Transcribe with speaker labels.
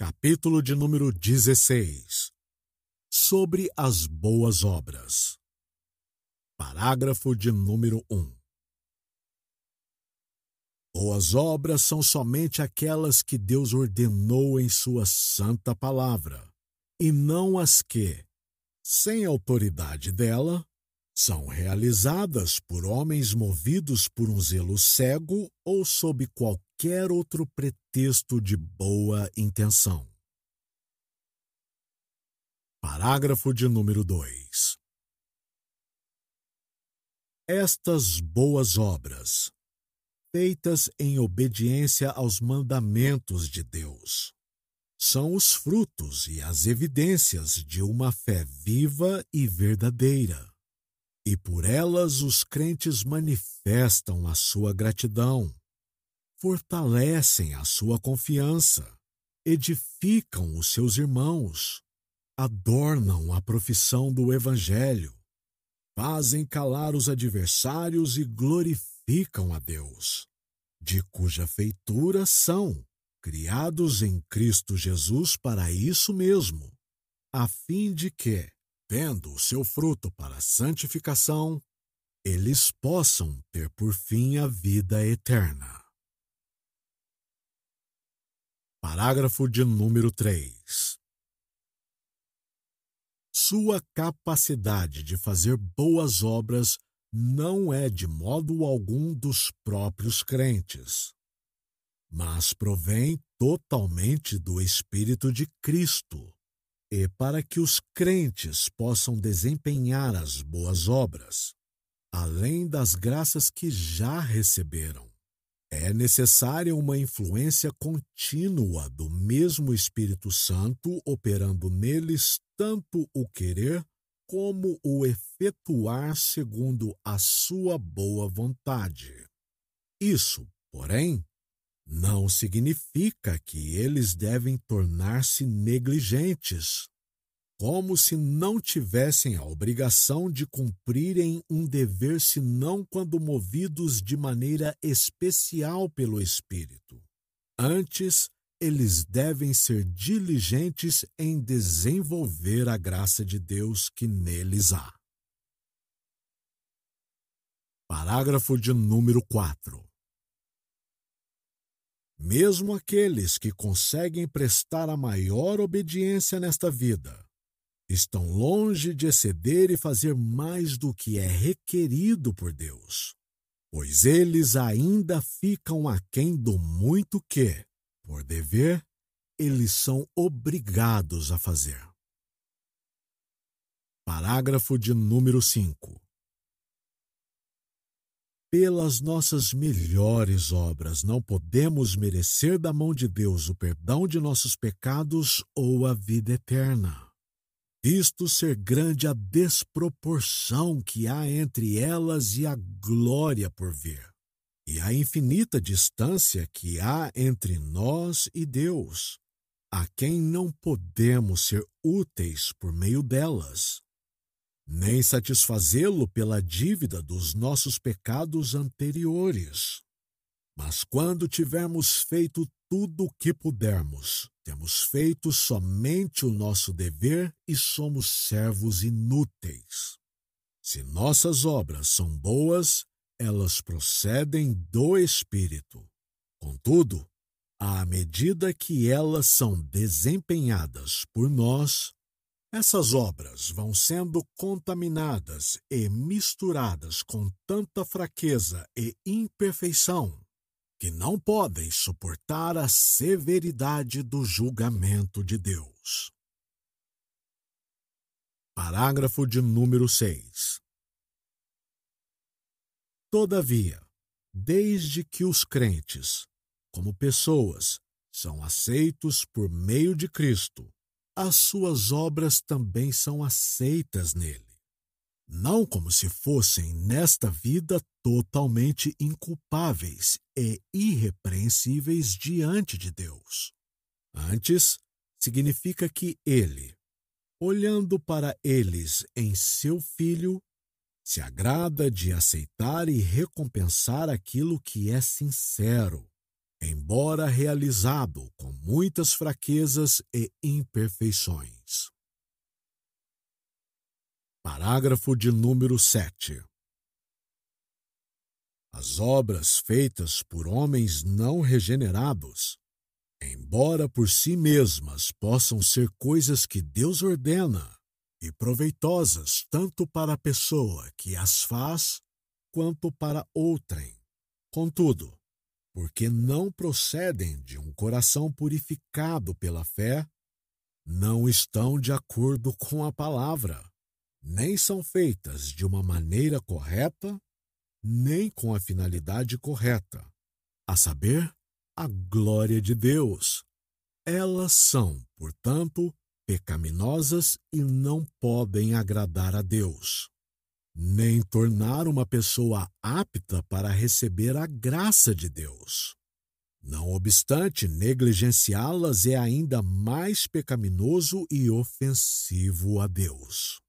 Speaker 1: Capítulo de número 16. Sobre as boas obras. Parágrafo de número 1. Boas obras são somente aquelas que Deus ordenou em sua santa palavra, e não as que, sem autoridade dela, são realizadas por homens movidos por um zelo cego ou sob qualquer outro pretexto de boa intenção. Parágrafo de número 2. Estas boas obras, feitas em obediência aos mandamentos de Deus, são os frutos e as evidências de uma fé viva e verdadeira. E por elas os crentes manifestam a sua gratidão, fortalecem a sua confiança, edificam os seus irmãos, adornam a profissão do Evangelho, fazem calar os adversários e glorificam a Deus, de cuja feitura são criados em Cristo Jesus para isso mesmo, a fim de que, tendo o seu fruto para a santificação, eles possam ter por fim a vida eterna. Parágrafo de número 3. Sua capacidade de fazer boas obras não é de modo algum dos próprios crentes, mas provém totalmente do Espírito de Cristo. E para que os crentes possam desempenhar as boas obras, além das graças que já receberam, é necessária uma influência contínua do mesmo Espírito Santo operando neles tanto o querer como o efetuar segundo a sua boa vontade. Isso, porém, não significa que eles devem tornar-se negligentes, como se não tivessem a obrigação de cumprirem um dever senão quando movidos de maneira especial pelo Espírito. Antes, eles devem ser diligentes em desenvolver a graça de Deus que neles há. Parágrafo de número 4. Mesmo aqueles que conseguem prestar a maior obediência nesta vida, estão longe de exceder e fazer mais do que é requerido por Deus, pois eles ainda ficam aquém do muito que, por dever, eles são obrigados a fazer. Parágrafo de número 5. Pelas nossas melhores obras não podemos merecer da mão de Deus o perdão de nossos pecados ou a vida eterna, visto ser grande a desproporção que há entre elas e a glória por vir, e a infinita distância que há entre nós e Deus, a quem não podemos ser úteis por meio delas, nem satisfazê-lo pela dívida dos nossos pecados anteriores. Mas quando tivermos feito tudo o que pudermos, temos feito somente o nosso dever e somos servos inúteis. Se nossas obras são boas, elas procedem do Espírito. Contudo, à medida que elas são desempenhadas por nós, essas obras vão sendo contaminadas e misturadas com tanta fraqueza e imperfeição que não podem suportar a severidade do julgamento de Deus. Parágrafo de número 6. Todavia, desde que os crentes, como pessoas, são aceitos por meio de Cristo, as suas obras também são aceitas nele, não como se fossem nesta vida totalmente inculpáveis e irrepreensíveis diante de Deus. Antes, significa que ele, olhando para eles em seu Filho, se agrada de aceitar e recompensar aquilo que é sincero, embora realizado com muitas fraquezas e imperfeições. Parágrafo de número 7. As obras feitas por homens não regenerados, embora por si mesmas possam ser coisas que Deus ordena e proveitosas tanto para a pessoa que as faz quanto para outrem. Contudo, porque não procedem de um coração purificado pela fé, não estão de acordo com a palavra, nem são feitas de uma maneira correta, nem com a finalidade correta, a saber, a glória de Deus. Elas são, portanto, pecaminosas e não podem agradar a Deus, nem tornar uma pessoa apta para receber a graça de Deus. Não obstante, negligenciá-las é ainda mais pecaminoso e ofensivo a Deus.